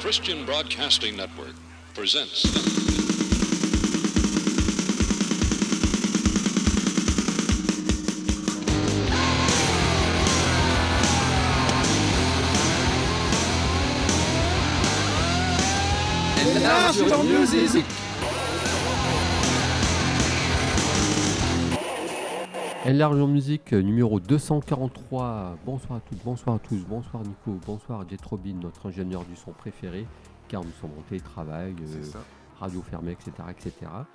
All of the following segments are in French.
Christian Broadcasting Network presents. Enlargement Music. Enlargement Music numéro 243. Bonsoir à toutes, bonsoir à tous, bonsoir Nico, bonsoir Jet Robin, notre ingénieur du son préféré, car nous sommes en télétravail, radio fermée, etc. etc.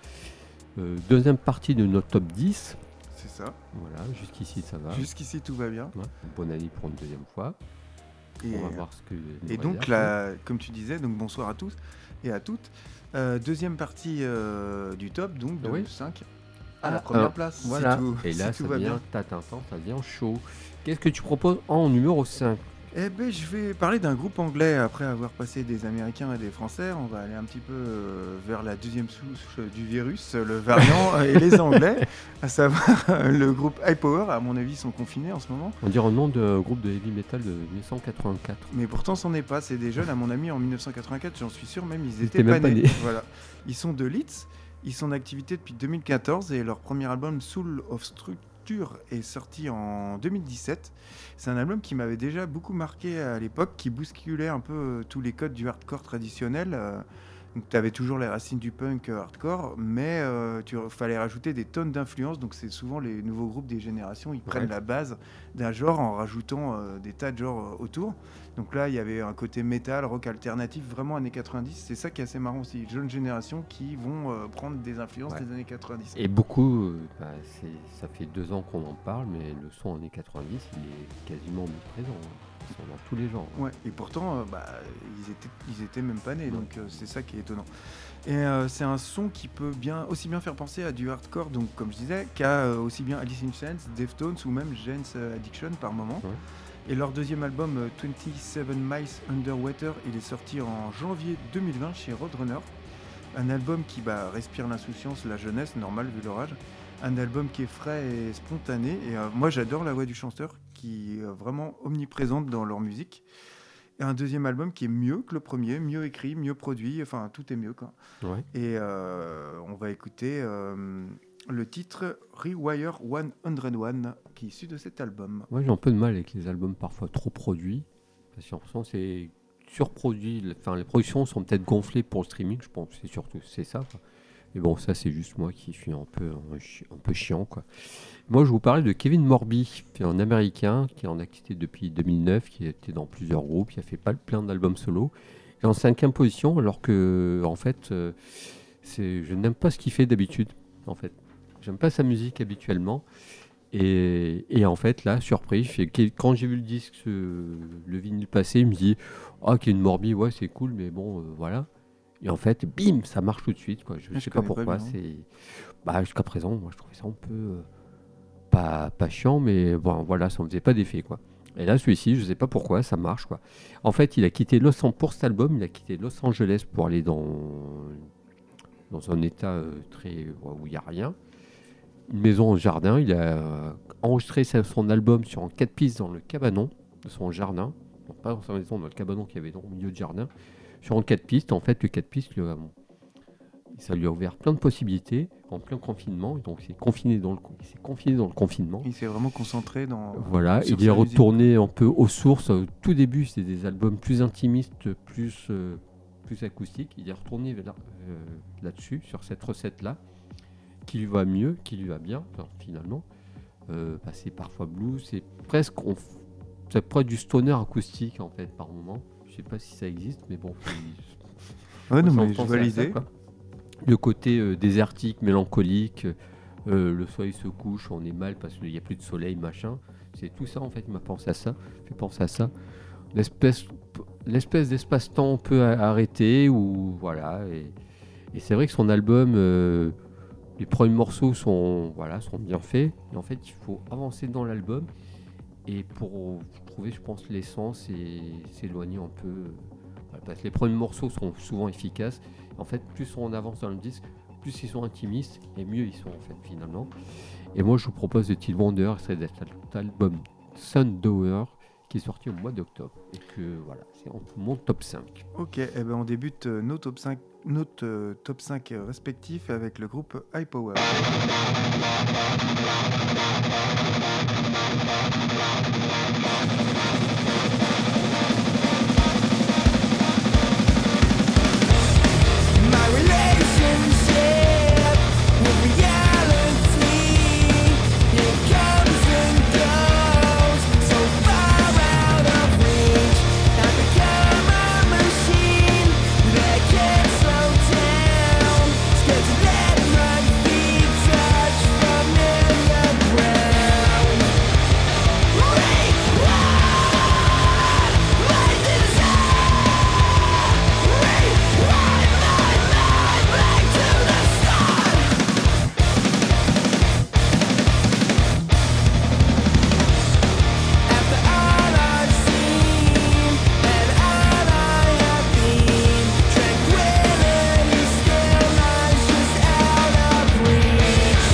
Deuxième partie de notre top 10. C'est ça. Voilà, jusqu'ici ça va. Jusqu'ici tout va bien. Ouais, bonne année pour une deuxième fois. Et on va voir ce que. Et donc là, comme tu disais, donc bonsoir à tous et à toutes. Deuxième partie du top, donc de 5 à la première place. Voilà. Si et là, tout ça va devient bien. tatintant, ça devient chaud. Qu'est-ce que tu proposes en numéro 5? Eh ben, je vais parler d'un groupe anglais après avoir passé des Américains et des Français. On va aller un petit peu vers la deuxième souche du virus, le variant et les Anglais, à savoir le groupe High Power. À mon avis, ils sont confinés en ce moment. On dirait un nom de groupe de heavy metal de 1984. Mais pourtant, c'en est pas. C'est des jeunes. À mon avis, en 1984, j'en suis sûr, même ils Ils étaient étaient même pas pas nés. nés. Voilà. Ils sont de Leeds. Ils sont en activité depuis 2014 et leur premier album Soul of Structure est sorti en 2017. C'est un album qui m'avait déjà beaucoup marqué à l'époque, qui bousculait un peu tous les codes du hardcore traditionnel. Donc tu avais toujours les racines du punk hardcore, mais il fallait rajouter des tonnes d'influences. Donc c'est souvent les nouveaux groupes des générations, ils prennent la base d'un genre en rajoutant des tas de genres autour. Donc là, il y avait un côté métal, rock alternatif, vraiment années 90. C'est ça qui est assez marrant aussi, les jeunes générations qui vont prendre des influences des années 90. Et beaucoup, ça fait 2 ans qu'on en parle, mais le son années 90, il est quasiment omniprésent. Ils sont dans tous les genres. Ouais, et pourtant, ils étaient même pas nés, donc c'est ça qui est étonnant. Et c'est un son qui peut aussi bien faire penser à du hardcore, donc comme je disais, qu'à aussi bien Alice in Chains, Deftones ou même Jane's Addiction par moment. Ouais. Et leur deuxième album, 27 Miles Underwater, il est sorti en janvier 2020 chez Roadrunner. Un album qui respire l'insouciance, la jeunesse, normal vu leur âge. Un album qui est frais et spontané. Et moi, j'adore la voix du chanteur, qui est vraiment omniprésente dans leur musique. Et un deuxième album qui est mieux que le premier, mieux écrit, mieux produit. Enfin, tout est mieux, quoi. Ouais. Et on va écouter le titre Rewire 101, qui est issu de cet album. Moi, j'ai un peu de mal avec les albums parfois trop produits. Parce que j'ai l'impression que c'est surproduit. Enfin, les productions sont peut-être gonflées pour le streaming, je pense. C'est surtout ça, quoi. Et bon, ça, c'est juste moi qui suis un peu chiant, quoi. Moi, je vous parlais de Kevin Morby, qui est un Américain qui est en activité depuis 2009, qui était dans plusieurs groupes, qui a fait plein d'albums solo. Il est en 5e position, alors que, en fait, je n'aime pas ce qu'il fait d'habitude, en fait. J'aime pas sa musique habituellement. Et en fait, là, surprise, quand j'ai vu le disque, le vinyle passer, je me dis Kevin Morby, ouais, c'est cool, mais bon, voilà. Et en fait, bim, ça marche tout de suite, quoi. Je sais pas pourquoi. Jusqu'à présent, moi, je trouvais ça un peu pas chiant, mais bon, voilà, ça me faisait pas d'effet, quoi. Et là, celui-ci, je sais pas pourquoi, ça marche, quoi. En fait, il a quitté pour cet album, il a quitté Los Angeles pour aller dans un état où il y a rien. Une maison au jardin, il a enregistré son album sur en 4 pistes dans le cabanon de son jardin, donc pas dans sa maison, dans le cabanon qu'il y avait au milieu du jardin, sur en 4 pistes. En fait, le 4 pistes, ça lui a ouvert plein de possibilités en plein confinement, donc il s'est confiné dans le confinement. Il s'est vraiment concentré dans... Voilà, il est retourné un peu aux sources. Au tout début, c'était des albums plus intimistes, plus acoustiques. Il est retourné là-dessus, sur cette recette-là, qui lui va mieux, qui lui va bien, finalement. C'est parfois blues, c'est presque du stoner acoustique, en fait, par moment. Je sais pas si ça existe, mais bon. Ouais, non, mais je vois l'idée. Le côté désertique, mélancolique, le soleil se couche, on est mal parce qu'il n'y a plus de soleil, machin. C'est tout ça, en fait, il m'a pensé à ça. Fait penser à ça. L'espèce d'espace-temps un peu arrêté, ou voilà. Et c'est vrai que son album... les premiers morceaux sont bien faits. Et en fait, il faut avancer dans l'album. Et pour trouver, je pense, l'essence et s'éloigner un peu. Parce que les premiers morceaux sont souvent efficaces. En fait, plus on avance dans le disque, plus ils sont intimistes et mieux ils sont, en fait, finalement. Et moi, je vous propose de Till Wonder, c'est cet album Sundower, qui qui est sorti au mois d'octobre. Et que voilà, c'est mon top 5. Ok, eh ben on débute nos top 5 respectifs avec le groupe High Power. My relationship with reality, it comes and goes, so far out of reach. I've become a machine that can't slow down, scared to let my feet touch familiar ground. My back to the start. After all I've seen and all I have been, tranquility still lies just out of reach.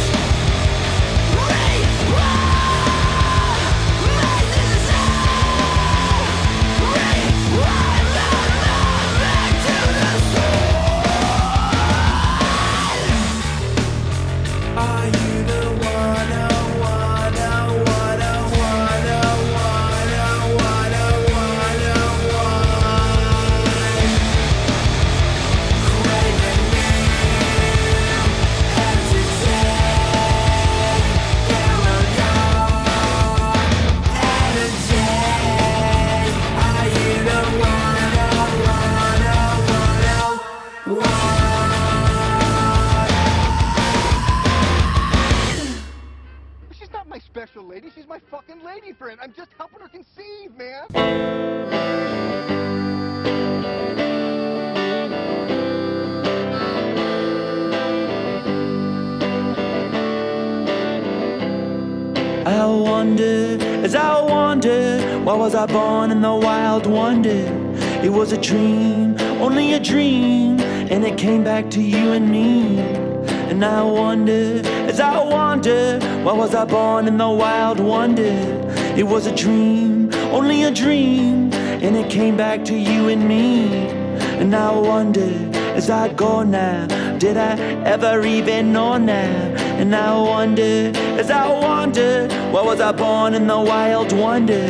Are you the one, oh, one, oh, one, oh, one, oh, one, oh, one, oh, one, oh, one? Craving you, hesitate, paranoid, energy. Are you the one, oh, one, oh, one, oh, one? She's not my special lady, she's my fucking lady friend. I'm just helping her conceive, man. I wonder, as I wonder, why was I born in the wild wonder? It was a dream, only a dream, and it came back to you and me. And I wonder, as I wonder, why was I born in the wild wonder? It was a dream, only a dream, and it came back to you and me. And I wonder, as I go now, did I ever even know now? And I wonder, as I wonder, why was I born in the wild wonder?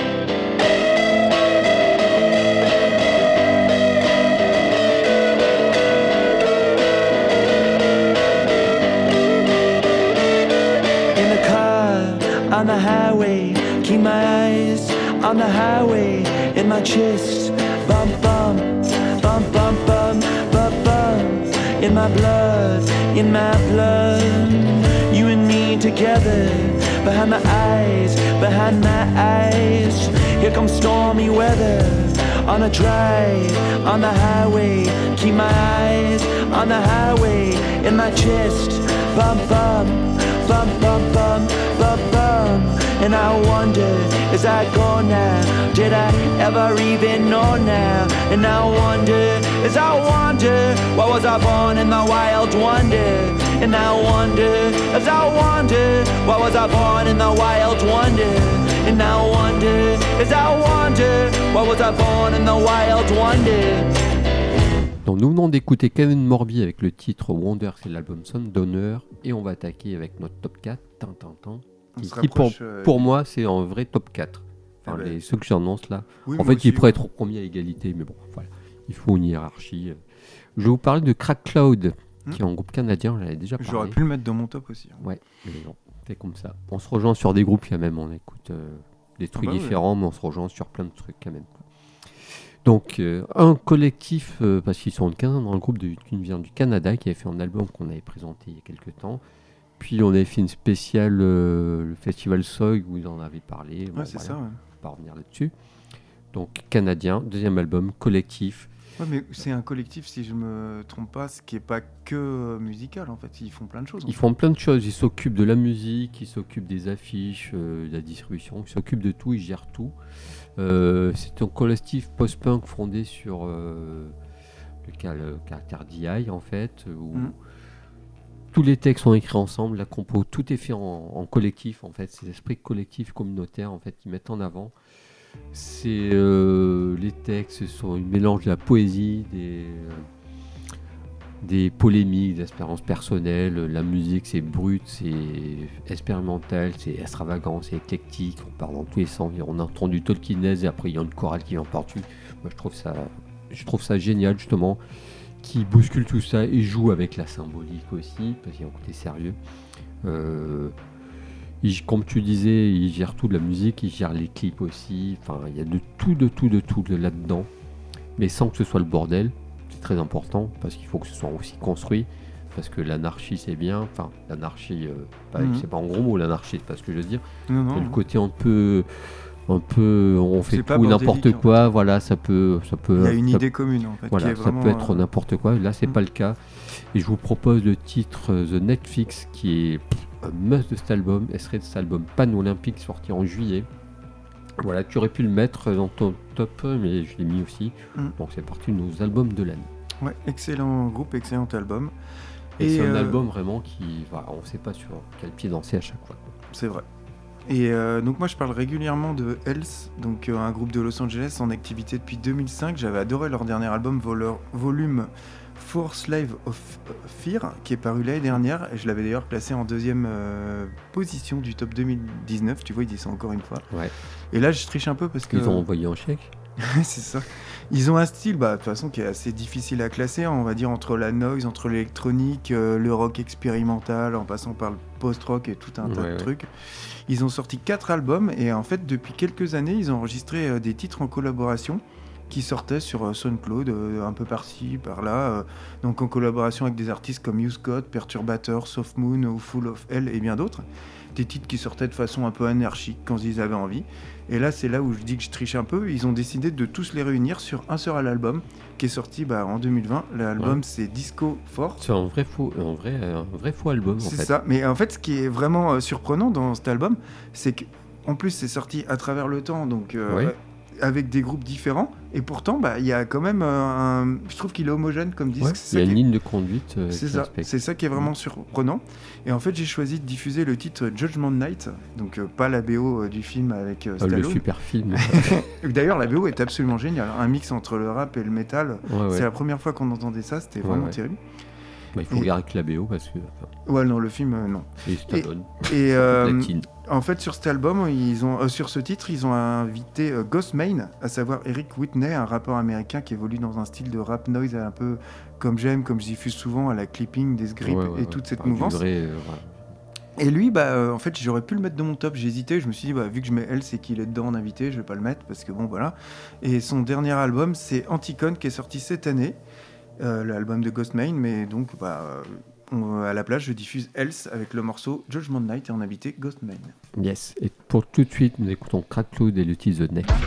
In the car, on the highway, keep my eyes on the highway, in my chest, bump, bump, bump, bump, bump, bump, bump, in my blood, in my blood, you and me together, behind my eyes, behind my eyes, here comes stormy weather, on a drive, on the highway, keep my eyes on the highway, in my chest, bump, bump, bump, bump, bump, bump, bump. And I wonder, as I go now, did I ever even know now? And I wonder, as I wonder, why was I born in the wild wonder? And I wonder, as I wonder, why was I born in the wild wonder? And I wonder, as I wonder, why was I born in the wild wonder? Donc nous venons d'écouter Kevin Morby avec le titre Wonder, c'est l'album Son d'honneur, et on va attaquer avec notre top 4, On qui se rapproche, pour moi c'est un vrai top 4. Enfin, Ah ben. ceux que j'annonce là. Oui, En moi fait, il aussi. pourrait être au premier à égalité, mais bon, voilà. Il faut une hiérarchie. Je vais vous parler de Crack Cloud, qui est un groupe canadien, j'en avais déjà parlé. J'aurais pu le mettre dans mon top aussi. Ouais, mais non, c'est comme ça. On se rejoint sur des groupes quand même, on écoute des trucs bah ouais. différents, mais on se rejoint sur plein de trucs quand même. Donc, un collectif, parce qu'ils sont 15 dans le groupe qui vient du Canada, qui avait fait un album qu'on avait présenté il y a quelques temps. Puis on avait fait une spéciale, le festival Soig, où ils en avaient parlé. Bon, Ouais, c'est voilà, ça. Ouais. on va pas revenir là-dessus. Donc, canadien, deuxième album, collectif. Ouais, mais c'est un collectif, si je me trompe pas, ce qui est pas que musical en fait. Ils font plein de choses. en Ils fait. font plein de choses, ils s'occupent de la musique, ils s'occupent des affiches, de la distribution, ils s'occupent de tout, ils gèrent tout. C'est un collectif post-punk fondé sur le caractère DI en fait, où tous les textes sont écrits ensemble, la compo, tout est fait en collectif en fait, c'est l'esprit collectif communautaire en fait qu'ils mettent en avant. Les textes sont un mélange de la poésie, des polémiques, des expériences personnelles. La musique, c'est brut, c'est expérimental, c'est extravagant, c'est éclectique. On part dans tous les sens. On entend du Tolkienese et après il y a une chorale qui vient par-dessus. Moi, je trouve ça génial, justement, qui bouscule tout ça et joue avec la symbolique aussi, parce qu'il y a un côté sérieux. Comme tu disais, il gère tout de la musique, il gère les clips aussi. Enfin, il y a de tout là-dedans, mais sans que ce soit le bordel. C'est très important parce qu'il faut que ce soit aussi construit. Parce que l'anarchie, c'est bien. Enfin, l'anarchie, c'est pas en gros mot l'anarchie, c'est pas ce que je veux dire. Non. Le côté un peu, on fait C'est pas tout et n'importe bordélique, quoi. Voilà, ça peut. Il y a une idée commune en fait. Voilà, qui est ça vraiment, peut être n'importe quoi. Là, c'est pas le cas. Et je vous propose le titre The Netflix, qui est un must de cet album. Elle serait de cet album Pan Olympique, sorti en juillet. Voilà, tu aurais pu le mettre dans ton top, mais je l'ai mis aussi. Donc c'est parti de nos albums de l'année. Ouais, excellent groupe, excellent album. Et c'est un album vraiment qui, on ne sait pas sur quel pied danser à chaque fois. C'est vrai. Et donc moi je parle régulièrement de Health, donc un groupe de Los Angeles en activité depuis 2005. J'avais adoré leur dernier album, volume For Slave of Fear, qui est paru l'année dernière. Et je l'avais d'ailleurs placé en deuxième position du top 2019. Tu vois, ils disent ça encore une fois. Ouais. Et là je triche un peu parce que... Ils ont envoyé un chèque. C'est ça. Ils ont un style, de toute façon, qui est assez difficile à classer, on va dire, entre la noise, entre l'électronique, le rock expérimental, en passant par le post-rock et tout un tas de trucs. Ils ont sorti 4 albums et en fait, depuis quelques années, ils ont enregistré des titres en collaboration qui sortaient sur SoundCloud, un peu par-ci, par-là, donc en collaboration avec des artistes comme Hugh Scott, Perturbator, Soft Moon ou Full of Hell et bien d'autres. Des titres qui sortaient de façon un peu anarchique quand ils avaient envie. Et là, c'est là où je dis que je triche un peu. Ils ont décidé de tous les réunir sur un seul album qui est sorti en 2020. L'album, c'est Disco Force. C'est un vrai faux album, en fait. C'est ça. Mais en fait, ce qui est vraiment surprenant dans cet album, c'est qu'en plus, c'est sorti à travers le temps, donc avec des groupes différents. Et pourtant, il y a quand même je trouve qu'il est homogène comme disque. Il y a une ligne de conduite. C'est ça qui est vraiment surprenant. Et en fait, j'ai choisi de diffuser le titre Judgment Night, donc pas la BO du film avec Stallone. Le super film. D'ailleurs, la BO est absolument géniale. Un mix entre le rap et le métal. C'est la première fois qu'on entendait ça, c'était vraiment terrible. Il faut regarder avec la BO parce que... Ouais, non, le film, non. Et Stallone. Et en fait, sur cet album, sur ce titre, ils ont invité Ghostmane, à savoir Eric Whitney, un rappeur américain qui évolue dans un style de rap noise un peu comme je diffuse souvent à la Clipping, des Grip et toute cette mouvance. Et lui, en fait, j'aurais pu le mettre dans mon top. J'ai hésité. Je me suis dit, vu que je mets elle, c'est qu'il est dedans en invité. Je vais pas le mettre parce que bon, voilà. Et son dernier album, c'est Anticon, qui est sorti cette année. L'album de Ghostmane, mais donc à la place je diffuse Else avec le morceau Judgment Night et en invité Ghostmane. Yes, et pour tout de suite nous écoutons Crack Cloud et le titre The Netflix.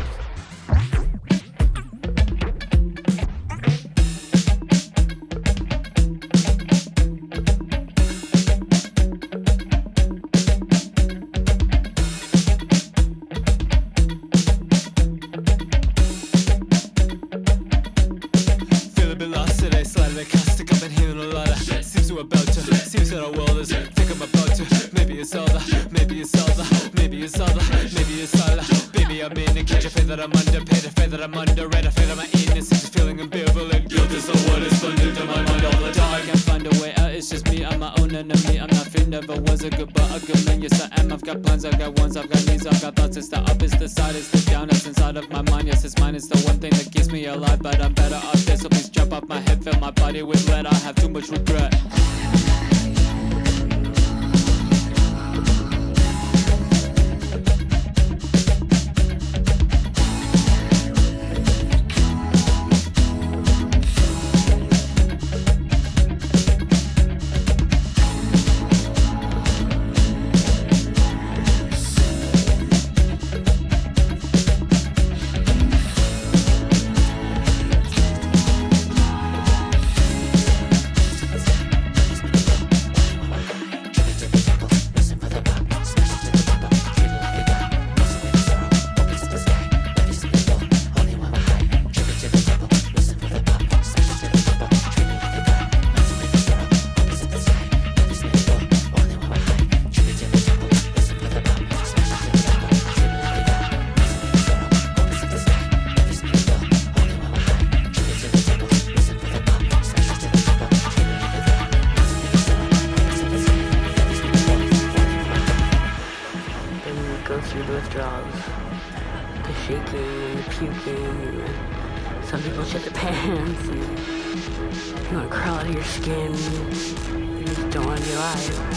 shaking and the puking. And some people shit their pants. And you want to crawl out of your skin. You just don't want to be alive.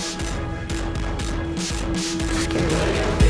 It's scary.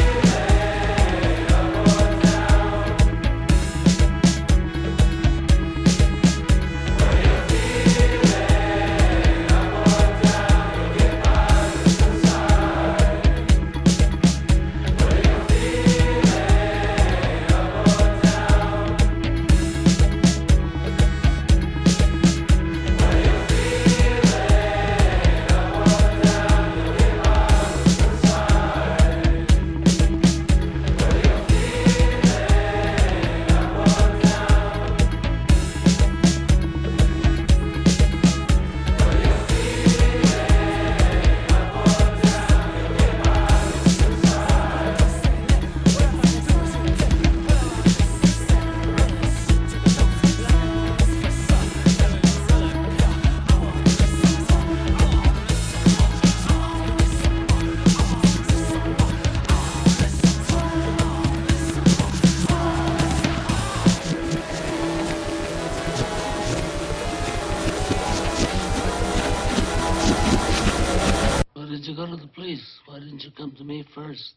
Come to me first.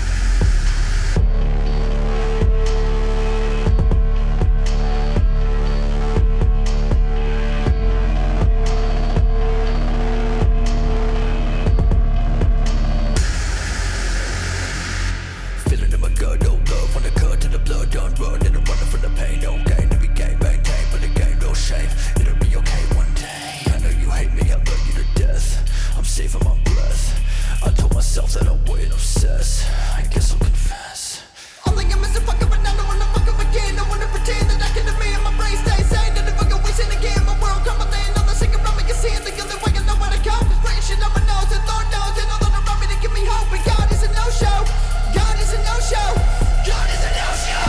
Feeling in my gut, no love, wanna cut to the blood, don't run, and I'm running from the pain, no gain, every game, maintain, but the game, no shame, it'll be okay one day. I know you hate me, I love you to death, I'm saving my breath. I told myself that I wouldn't obsess. I guess I'll confess. All I am is a fucker, but I don't wanna fuck up again. I wanna pretend that I can demand my brain stays sane. And if I go wasting again, my world crumbling. All the single from me can see it. The only way I know where to go is praying shit on my nose. And Lord knows, and all that around me to give me hope. But God is a no-show. God is a no-show. God is a no-show.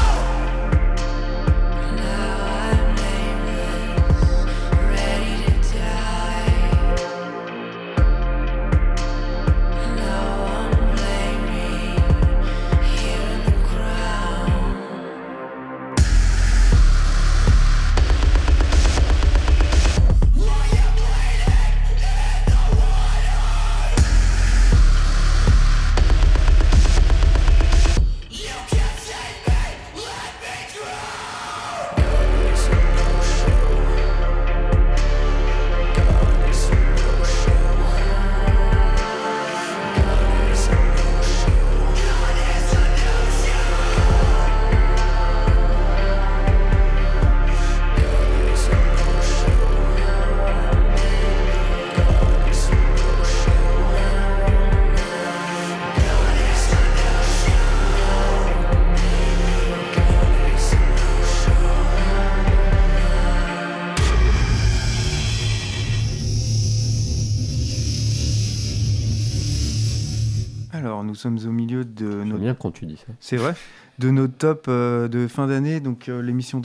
Alors, nous sommes au milieu de J'aime bien quand tu dis ça. C'est vrai. De nos tops de fin d'année, donc l'émission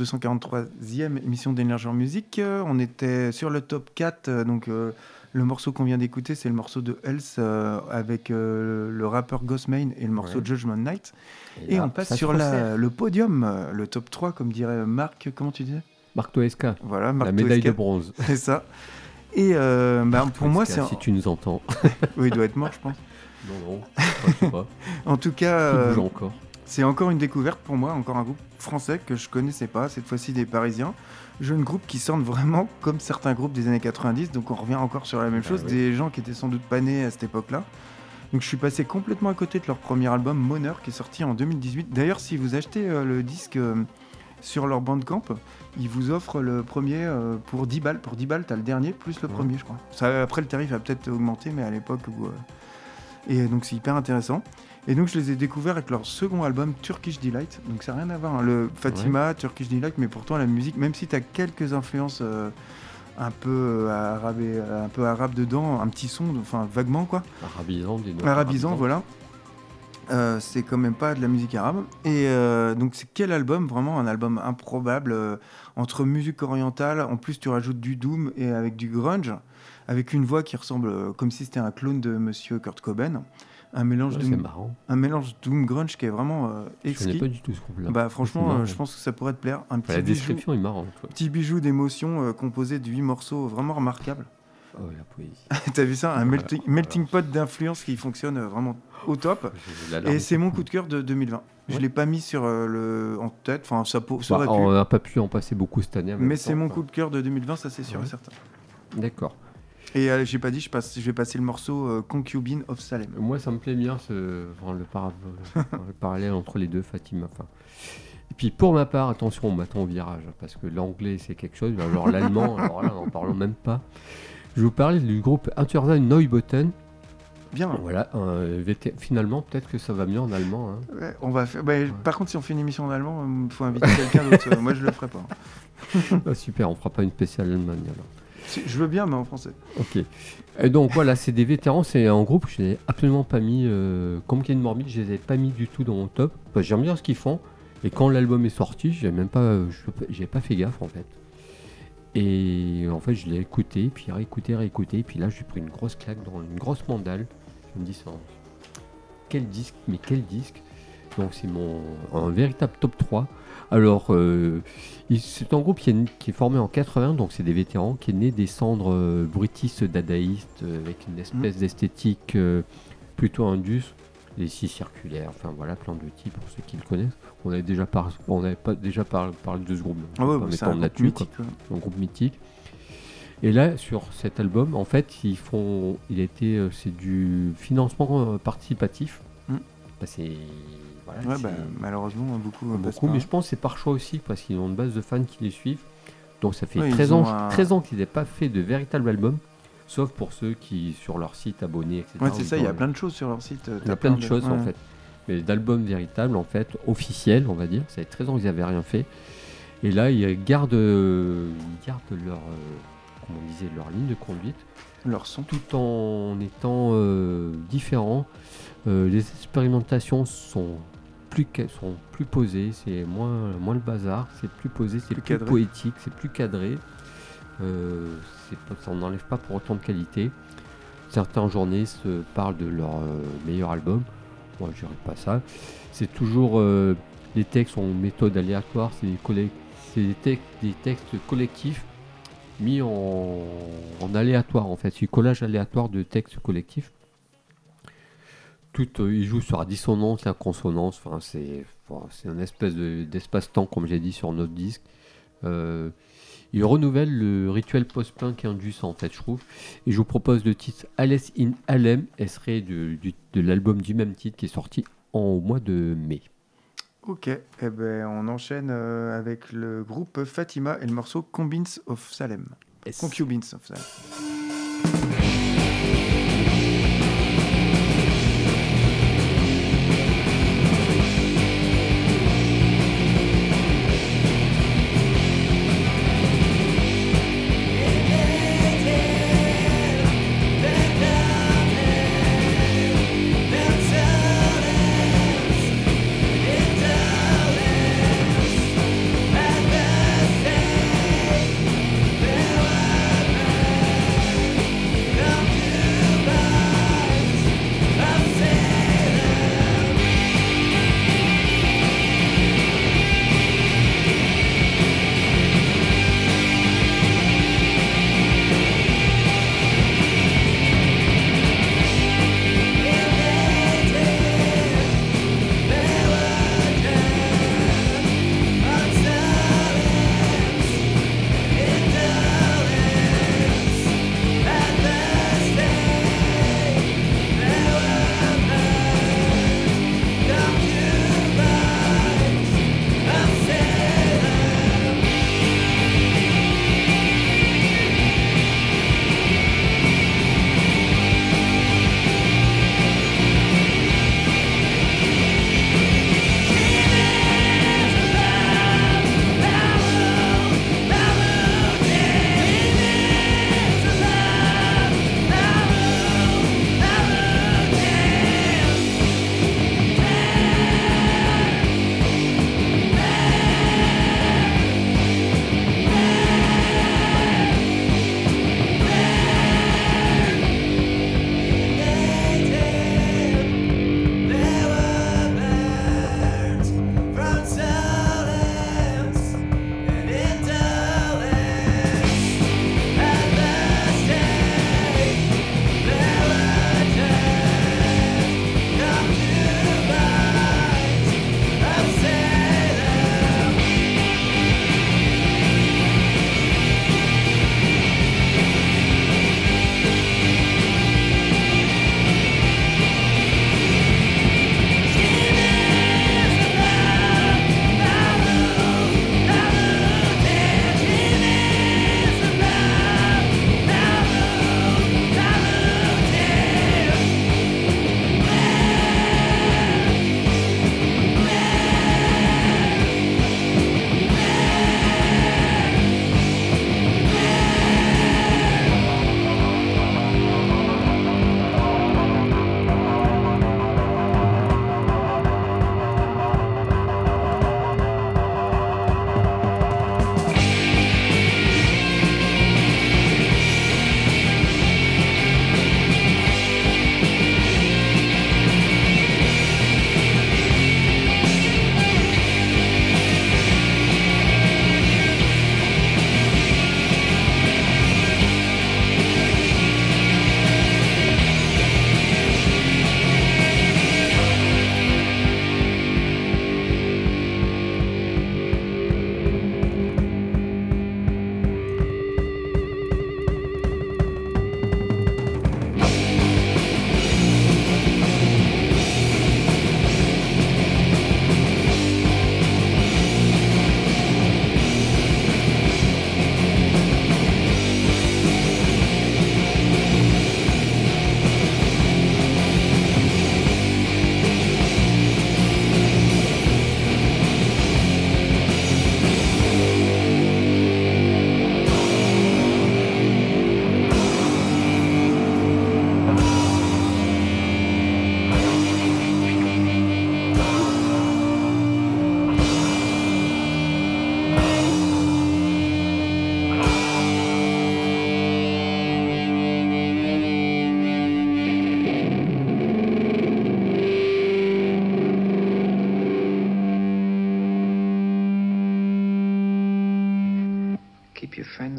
243e émission d'Énergie en musique. On était sur le top 4, donc le morceau qu'on vient d'écouter, c'est le morceau de Health avec le rappeur Ghostmane et le morceau Judgment Night. Et là, on passe sur le podium, le top 3, comme dirait Marc, comment tu disais ? Marc Toesca. Voilà, Marc La médaille Toesca. de bronze. C'est ça. Et pour moi, c'est... Si tu nous entends. Oui, il doit être mort, je pense. Non, je sais pas. En tout cas, Il bouge encore. C'est encore une découverte pour moi, encore un groupe français que je connaissais pas, cette fois-ci des Parisiens. Jeune groupe qui sentent vraiment comme certains groupes des années 90, donc on revient encore sur la même chose, oui. Des gens qui étaient sans doute pas nés à cette époque-là. Donc je suis passé complètement à côté de leur premier album, Moner, qui est sorti en 2018. D'ailleurs, si vous achetez le disque sur leur Bandcamp, ils vous offrent le premier pour 10 balles. Pour 10 balles, t'as le dernier plus le premier, je crois. Ça, après, le tarif a peut-être augmenté, mais à l'époque... Et donc c'est hyper intéressant. Et donc je les ai découverts avec leur second album Turkish Delight. Donc ça n'a rien à voir, hein. Le Fatima, Turkish Delight, mais pourtant la musique, même si tu as quelques influences un peu arabes dedans, un petit son, enfin vaguement quoi. Arabisant, voilà. C'est quand même pas de la musique arabe. Et donc c'est quel album, vraiment un album improbable entre musique orientale, en plus tu rajoutes du doom et avec du grunge, avec une voix qui ressemble comme si c'était un clone de Monsieur Kurt Cobain. un mélange Ouais, c'est marrant. un mélange doom grunge qui est vraiment Je connais exquis. pas du tout ce groupe-là. Bah C'est franchement, marrant. je pense que ça pourrait te plaire. Un Enfin, la petit bijou, description est marrante. Ouais. petit bijou d'émotion composé de 8 morceaux vraiment remarquables. Oh, la poésie. T'as vu ça? Un Voilà. melting pot d'influence qui fonctionne vraiment au top. J'ai la larme Et c'est qui mon coule. coup de cœur de 2020. Je Ouais. l'ai pas mis sur en tête, enfin ça Bah, aurait pu. on n'a pas pu en passer beaucoup cette année. en même Mais temps, c'est mon enfin. coup de cœur de 2020, ça c'est sûr et Ouais. certain. D'accord. Et j'ai pas dit, je vais passer le morceau Concubine of Salem. Moi, ça me plaît bien le parallèle entre les deux, Fatima. Enfin. Et puis pour ma part, attention, on m'attend au virage, parce que l'anglais c'est quelque chose, alors l'allemand, alors là, n'en parlons même pas. Je vais vous parler du groupe Untersen Neubauten. Bien. Voilà, finalement, peut-être que ça va mieux en allemand. Hein. Ouais, on va faire. Par contre, si on fait une émission en allemand, il faut inviter quelqu'un d'autre. Moi, je le ferai pas. Ah, super, on fera pas une spéciale Allemagne alors. Je veux bien, mais en français. Ok. Et donc voilà, c'est des vétérans, c'est un groupe que je n'ai absolument pas mis, comme Ken Morbid, je les avais pas mis du tout dans mon top. Enfin, j'aime bien ce qu'ils font. Et quand l'album est sorti, j'ai pas fait gaffe en fait. Et en fait, je l'ai écouté, puis réécouté, et puis là, j'ai pris une grosse claque dans une grosse mandale. Je me dis ça. Quel disque, mais quel disque. Donc c'est un véritable top 3. Alors, c'est un groupe qui est formé en 80, donc c'est des vétérans, qui est né des cendres bruitistes dadaïstes, avec une espèce d'esthétique plutôt indus, des scies circulaires, enfin voilà, plein d'outils pour ceux qui le connaissent. On avait déjà parlé de ce groupe. Ah ouais, c'est un groupe mythique. Un groupe mythique. Et là, sur cet album, en fait, c'est du financement participatif. Bah, voilà, malheureusement, beaucoup, mais je pense que c'est par choix aussi, parce qu'ils ont une base de fans qui les suivent. Donc ça fait Ouais, 13 ans qu'ils n'aient pas fait de véritable album, sauf pour ceux qui, sur leur site, abonnés, etc. Ouais, c'est ça, il y a plein de choses sur leur site. Il y a plein de choses, en fait. Mais d'albums véritables, en fait, officiels, on va dire. Ça fait 13 ans qu'ils n'avaient rien fait. Et là, ils gardent leur, comme on disait, leur ligne de conduite. Leur son. Tout en étant différents. Les expérimentations sont plus posées, c'est moins le bazar, c'est plus posé, c'est plus poétique, c'est plus cadré. Ça n'enlève pas pour autant de qualité. Certains journalistes parlent de leur meilleur album. Moi, je dirais pas ça. C'est toujours les textes sont méthode aléatoire, c'est des textes collectifs mis en aléatoire en fait, c'est du collage aléatoire de textes collectifs. Il joue sur la dissonance, la consonance, enfin, c'est une espèce d'espace-temps comme j'ai dit sur notre disque. Il renouvelle le rituel post-punk indus en fait, je trouve. Et je vous propose le titre Alice in Alem, extrait de l'album du même titre qui est sorti au mois de mai. Ok, on enchaîne avec le groupe Fatima et le morceau Concubines of Salem. Concubines of Salem. There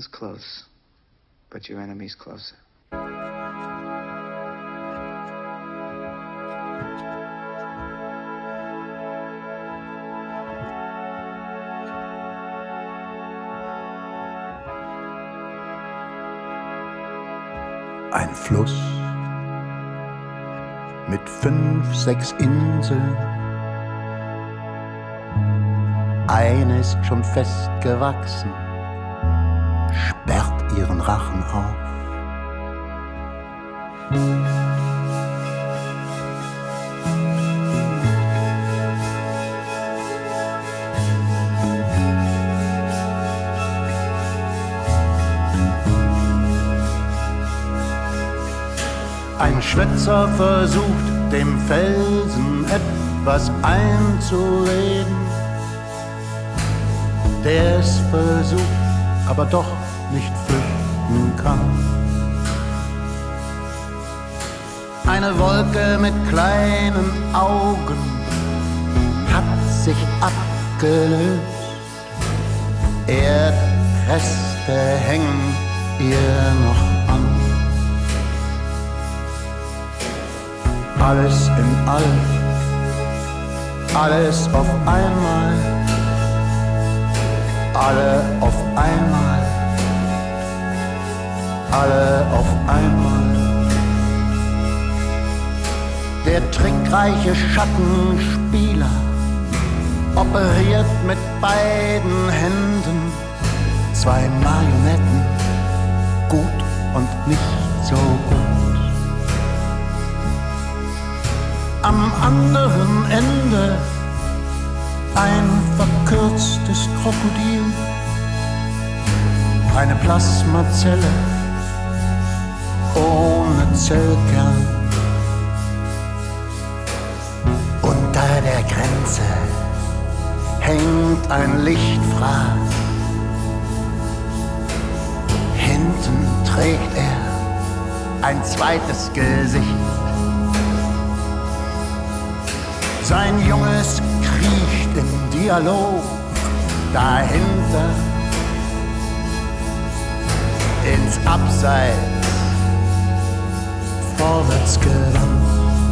Friends close, but your enemy's closer. Ein Fluss mit 5, 6 Inseln. Eine ist schon festgewachsen, sperrt ihren Rachen auf. Ein Schwätzer versucht, dem Felsen etwas einzureden, der es versucht, aber doch nicht flüchten kann. Eine Wolke mit kleinen Augen hat sich abgelöst, Erdreste hängen ihr noch an. Alles in allem, alles auf einmal, alle auf einmal, alle auf einmal. Der trickreiche Schattenspieler operiert mit beiden Händen 2 Marionetten, gut und nicht so gut. Am anderen Ende ein verkürztes Krokodil, eine Plasmazelle ohne Zellkern. Unter der Grenze hängt ein Lichtfraß, hinten trägt er ein zweites Gesicht. Sein Junges kriecht im Dialog dahinter ins Abseits, vorwärts gewandt.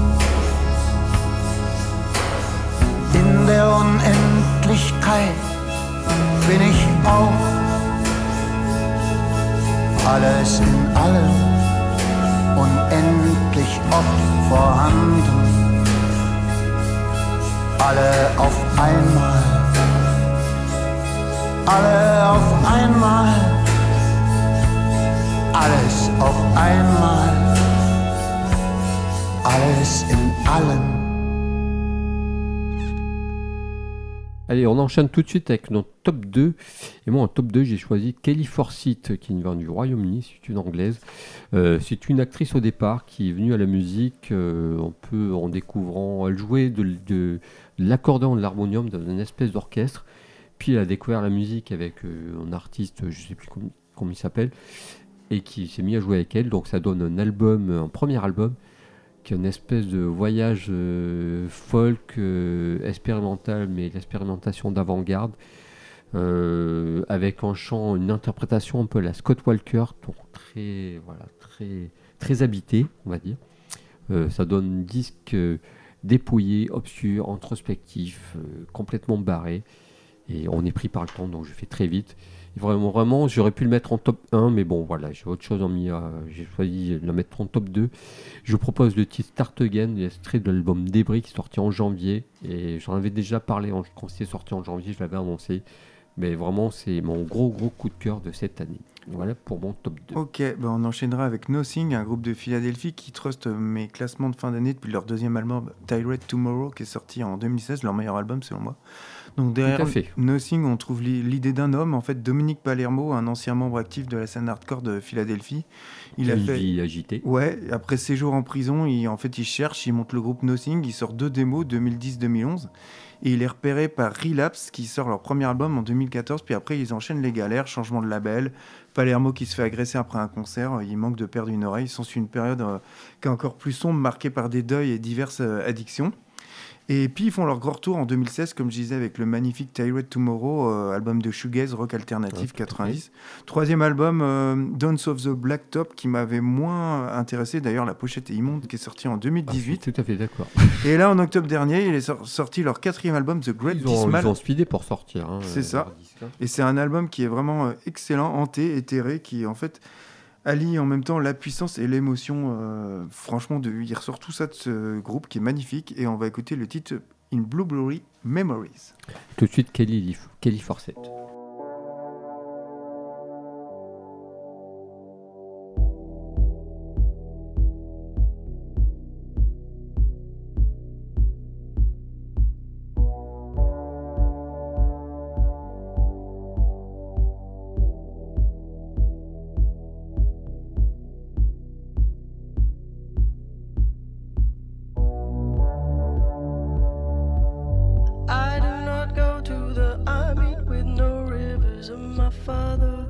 In der Unendlichkeit bin ich auch, alles in allem, unendlich oft vorhanden. Alle auf einmal, alle auf einmal, alles auf einmal, alles in allem. Allez, on enchaîne tout de suite avec notre top 2. Et moi, en top 2, j'ai choisi Kelly Forsyth, qui vient du Royaume-Uni, c'est une anglaise. C'est une actrice au départ qui est venue à la musique en découvrant. Elle jouait de l'accordéon, de l'harmonium dans une espèce d'orchestre. Puis elle a découvert la musique avec un artiste, je ne sais plus comment il s'appelle, et qui s'est mis à jouer avec elle. Donc ça donne un premier album, qui est une espèce de voyage folk expérimental, mais l'expérimentation d'avant-garde, avec en chant une interprétation un peu à la Scott Walker, donc très habité, on va dire. Ça donne un disque dépouillé, obscur, introspectif, complètement barré, et on est pris par le temps, donc je fais très vite. Et vraiment, j'aurais pu le mettre en top 1, mais bon, voilà, j'ai autre chose j'ai choisi de le mettre en top 2. Je vous propose le titre Start Again, l'extrait de l'album Débris qui est sorti en janvier, et j'en avais déjà parlé quand c'est sorti en janvier, je l'avais annoncé, mais vraiment, c'est mon gros coup de cœur de cette année. Voilà pour mon top 2. Ok, on enchaînera avec Nothing, un groupe de Philadelphie qui truste mes classements de fin d'année depuis leur deuxième album Tirade Tomorrow, qui est sorti en 2016, leur meilleur album selon moi. Donc derrière Nothing, on trouve l'idée d'un homme, en fait, Dominique Palermo, un ancien membre actif de la scène hardcore de Philadelphie. Il a fait vie agitée. Ouais, après 7 jours en prison, il cherche, il monte le groupe Nothing, il sort 2 démos 2010-2011 et il est repéré par Relapse qui sort leur premier album en 2014, puis après ils enchaînent les galères, changement de label, Palermo qui se fait agresser après un concert, il manque de perdre une oreille, s'ensuit une période qui est encore plus sombre, marquée par des deuils et diverses addictions. Et puis ils font leur grand retour en 2016, comme je disais, avec le magnifique Tired Tomorrow, album de shoegaze, rock alternatif 90. Troisième album, Dance of the Blacktop, qui m'avait moins intéressé. D'ailleurs, la pochette est immonde, qui est sortie en 2018. Tout à fait d'accord. Et là, en octobre dernier, il est sorti leur quatrième album, The Great Dismal. Ils ont speedé pour sortir. C'est ça. Et c'est un album qui est vraiment excellent, hanté, éthéré, qui en fait allie en même temps la puissance et l'émotion. Franchement, il ressort tout ça de ce groupe qui est magnifique. Et on va écouter le titre In Blueberry Memories. Tout de suite, Kelly Fawcett. I do not go to the army with no rivers of my father.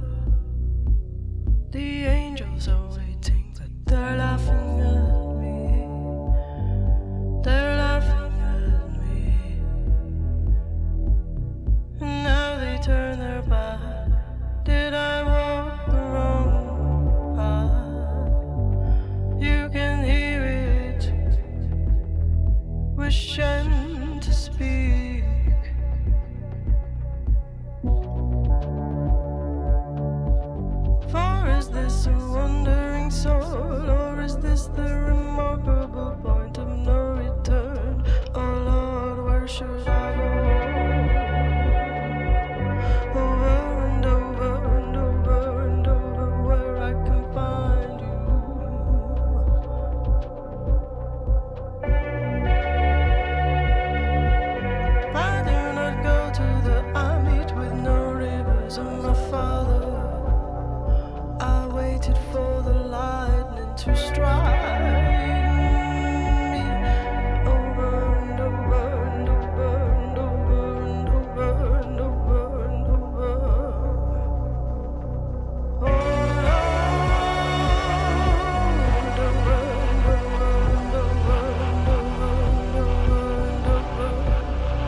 The angels are waiting, but they're laughing at me. They're laughing at me. And now they turn their back. Did I walk the wrong path? You can hear it wishing to speak. For is this a wandering soul, or is this the remarkable point of no return? Oh Lord, where should I go? Over and over and over and over, where I can find you. I do not go to the army with no rivers of my father. I waited for the lightning to strike me over and over and over and over and over and over and over. Oh Lord, over and over and over and over and over and over.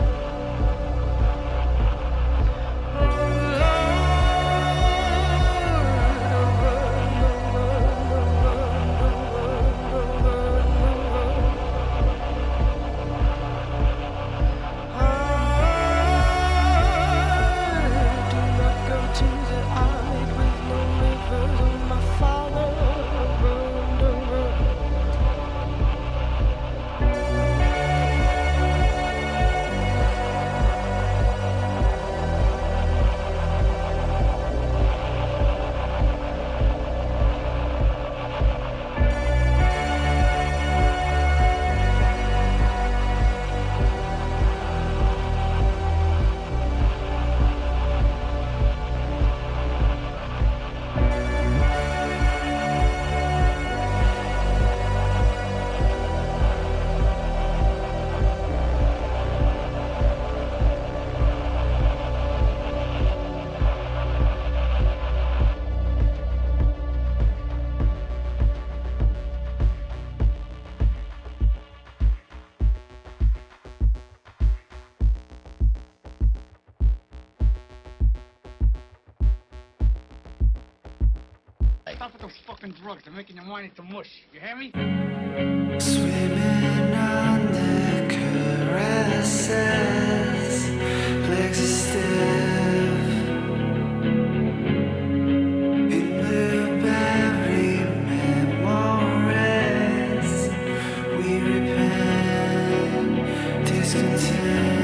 Stop with those fucking drugs. They're making your mind into mush. You hear me? Swimming under caresses, legs are stiff. In blueberry memories, we repent discontent.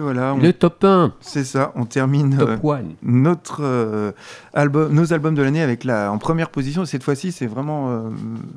voilà. Le top 1. C'est ça, on termine Top 1. nos albums de l'année avec en première position. Et cette fois-ci, c'est vraiment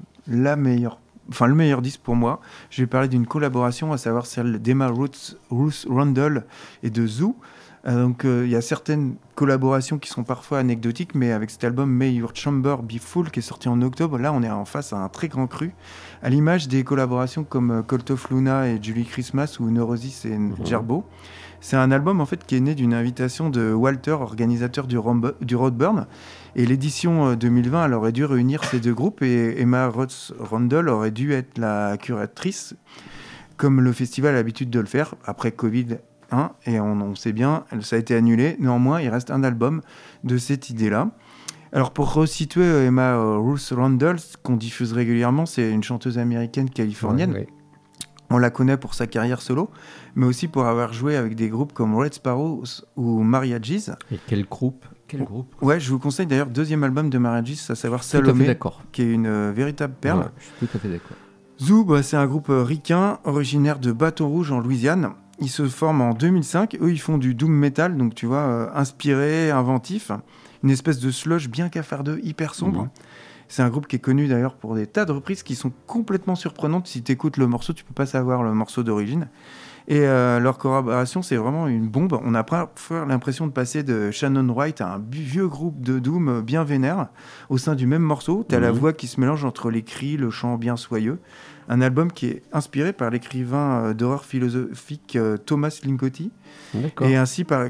le meilleur disque pour moi. Je vais parler d'une collaboration, à savoir celle d'Emma Ruth Rundle et de Zoo. Donc il y a certaines collaborations qui sont parfois anecdotiques, mais avec cet album May Your Chamber Be Full qui est sorti en octobre, là on est en face à un très grand cru, à l'image des collaborations comme Cult of Luna et Julie Christmas ou Neurosis et Gerbo. C'est un album en fait qui est né d'une invitation de Walter, organisateur du Roadburn, et l'édition 2020 elle aurait dû réunir ces deux groupes et Emma Ruth Rundle aurait dû être la curatrice, comme le festival a l'habitude de le faire après Covid. Et on sait bien, ça a été annulé. Néanmoins, il reste un album de cette idée-là. Alors, pour resituer Emma Ruth Rundle, qu'on diffuse régulièrement, c'est une chanteuse américaine californienne. Ouais. On la connaît pour sa carrière solo, mais aussi pour avoir joué avec des groupes comme Red Sparrows ou Mariages. Et quel groupe Ouais, je vous conseille d'ailleurs le deuxième album de Mariages, à savoir Tout à fait Salomé, d'accord. qui est une véritable perle. Ouais, je suis tout à fait d'accord. Zoo, c'est un groupe ricain, originaire de Baton Rouge en Louisiane. Ils se forment en 2005. Eux, ils font du doom metal, donc tu vois, inspiré, inventif. Une espèce de sludge bien cafardeux, hyper sombre. C'est un groupe qui est connu d'ailleurs pour des tas de reprises qui sont complètement surprenantes. Si tu écoutes le morceau, tu peux pas savoir le morceau d'origine. Et leur collaboration, c'est vraiment une bombe. On a parfois l'impression de passer de Shannon Wright à un vieux groupe de doom bien vénère au sein du même morceau. Tu as la voix qui se mélange entre les cris, le chant bien soyeux. Un album qui est inspiré par l'écrivain d'horreur philosophique Thomas Linkoty, et ainsi par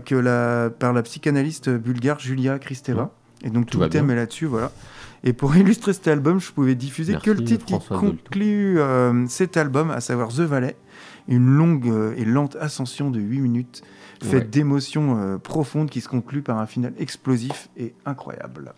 la psychanalyste bulgare Julia Kristeva. Et donc tout le thème est là-dessus, voilà. Et pour illustrer cet album, je pouvais diffuser que le titre qui conclut cet album, à savoir The Valley, une longue et lente ascension de 8 minutes, faite d'émotions profondes qui se conclut par un final explosif et incroyable.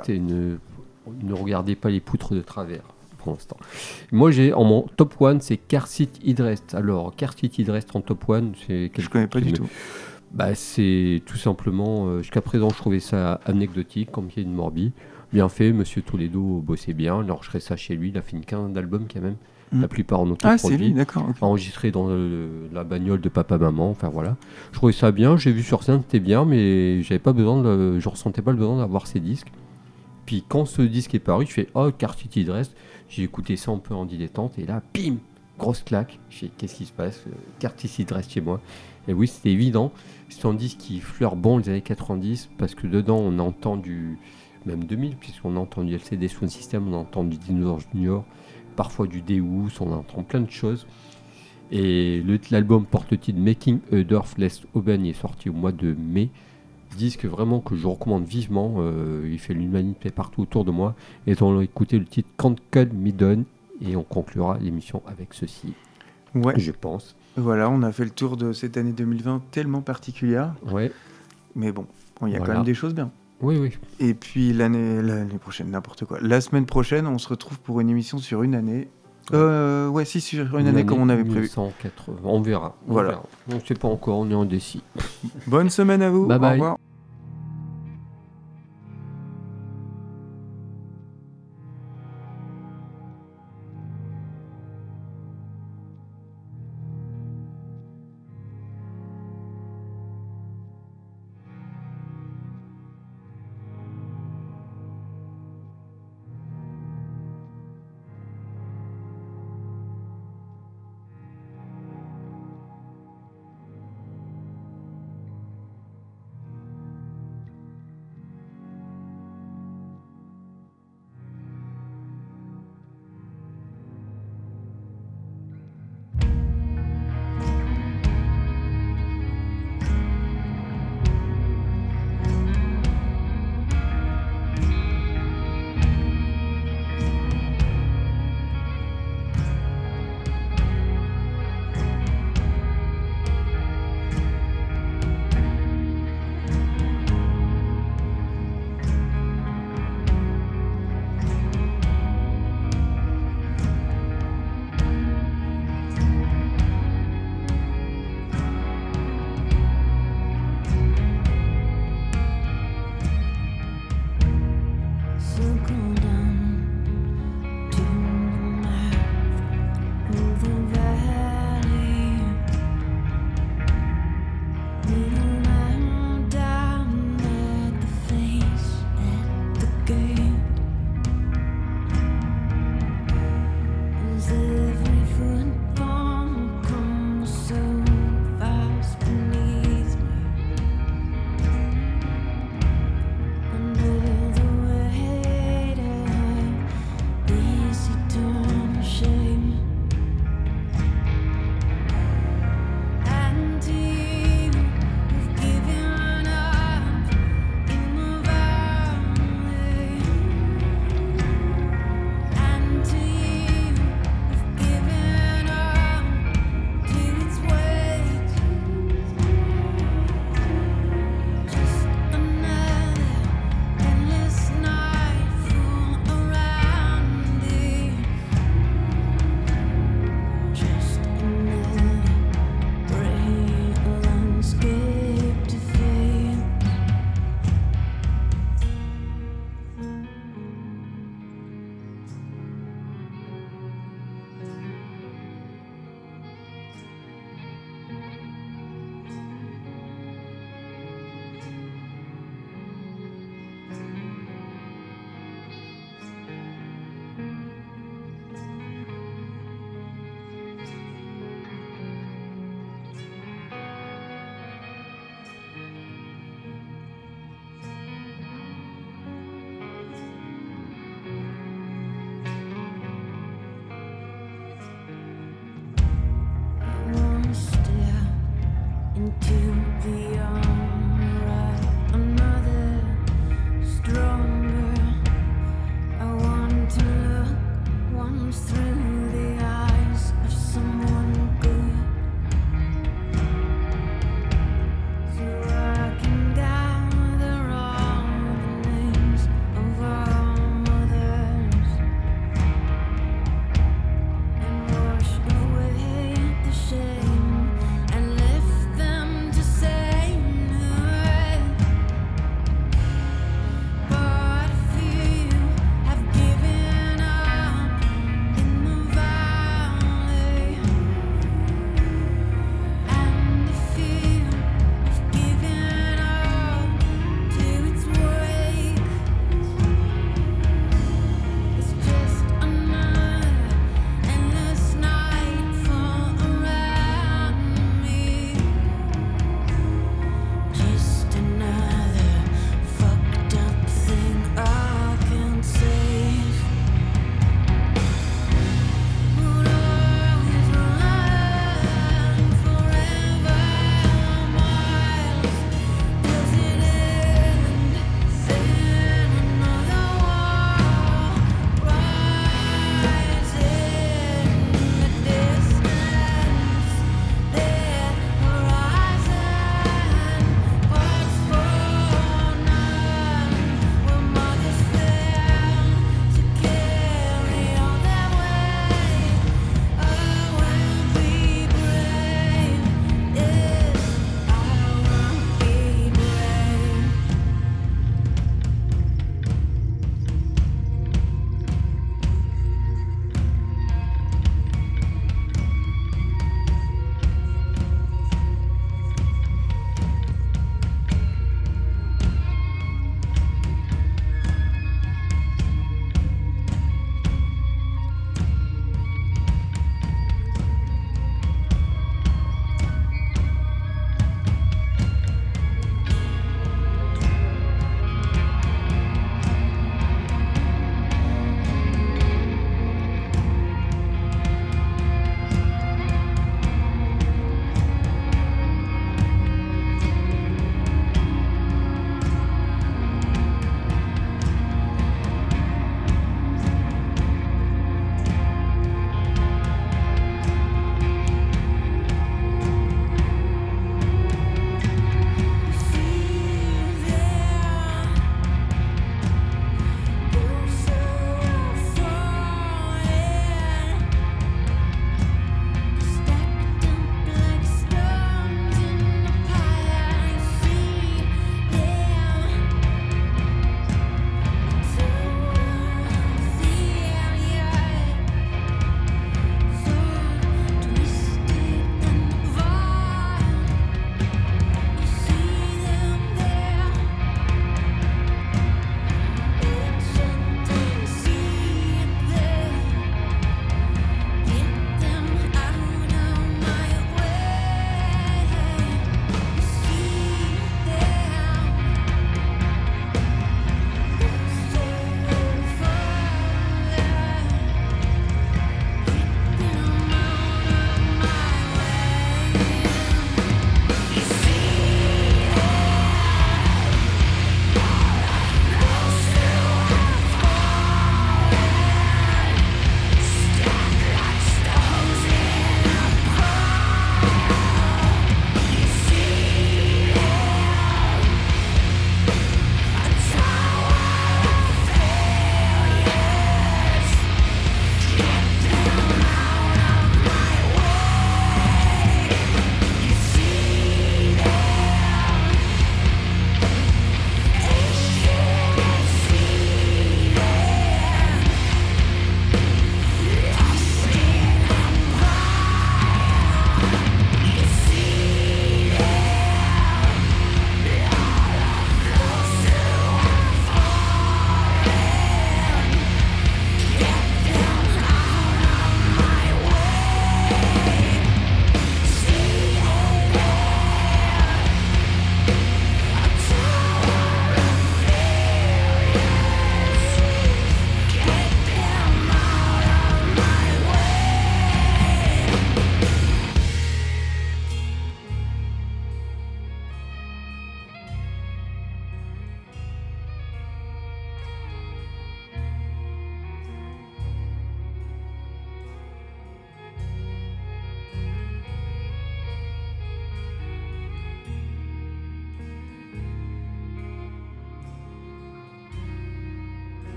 Ne regardez pas les poutres de travers. Pour l'instant. Moi, j'ai en mon top 1, c'est Car Seat Headrest. Alors, Car Seat Headrest en top 1, c'est je connais pas du tout. C'est tout simplement, jusqu'à présent, je trouvais ça anecdotique, comme Pied de Morbi. Bien fait, Monsieur Toledo bossait bien, il enregistrait ça chez lui, il a fait une quinzaine d'albums quand même, la plupart en autoproduit. Ah, c'est lui, d'accord. Okay. Enregistré dans la bagnole de papa-maman, enfin voilà. Je trouvais ça bien, j'ai vu sur scène, c'était bien, mais je ressentais pas le besoin d'avoir ces disques. Puis quand ce disque est paru, je fais Car Seat Headrest. J'ai écouté ça un peu en dilettante et là, bim, grosse claque. Je sais qu'est-ce qui se passe, Car Seat Headrest chez moi. Et oui, c'était évident. C'est un disque qui fleure bon les années 90 parce que dedans on a entendu, même 2000, puisqu'on a entendu LCD Sound System, on a entendu Dinosaur Junior, parfois du Deus, on entend plein de choses. Et l'album porte le titre Making a Dorfless Oben est sorti au mois de mai. Disque vraiment que je recommande vivement, il fait l'humanité partout autour de moi, et on va écouter le titre Can't Cut Me Down et on conclura l'émission avec ceci, je pense. Voilà, on a fait le tour de cette année 2020 tellement particulière, mais bon, il y a quand même des choses bien. Oui. Et puis l'année prochaine, n'importe quoi. La semaine prochaine, on se retrouve pour une émission sur une année. Sur une année comme on avait prévu. 1980, on verra. Voilà. On ne sait pas encore, on est indécis. Bonne semaine à vous. Bye bye. Au revoir. But if you have given up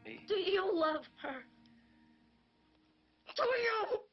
Me? Do you love her? Do you?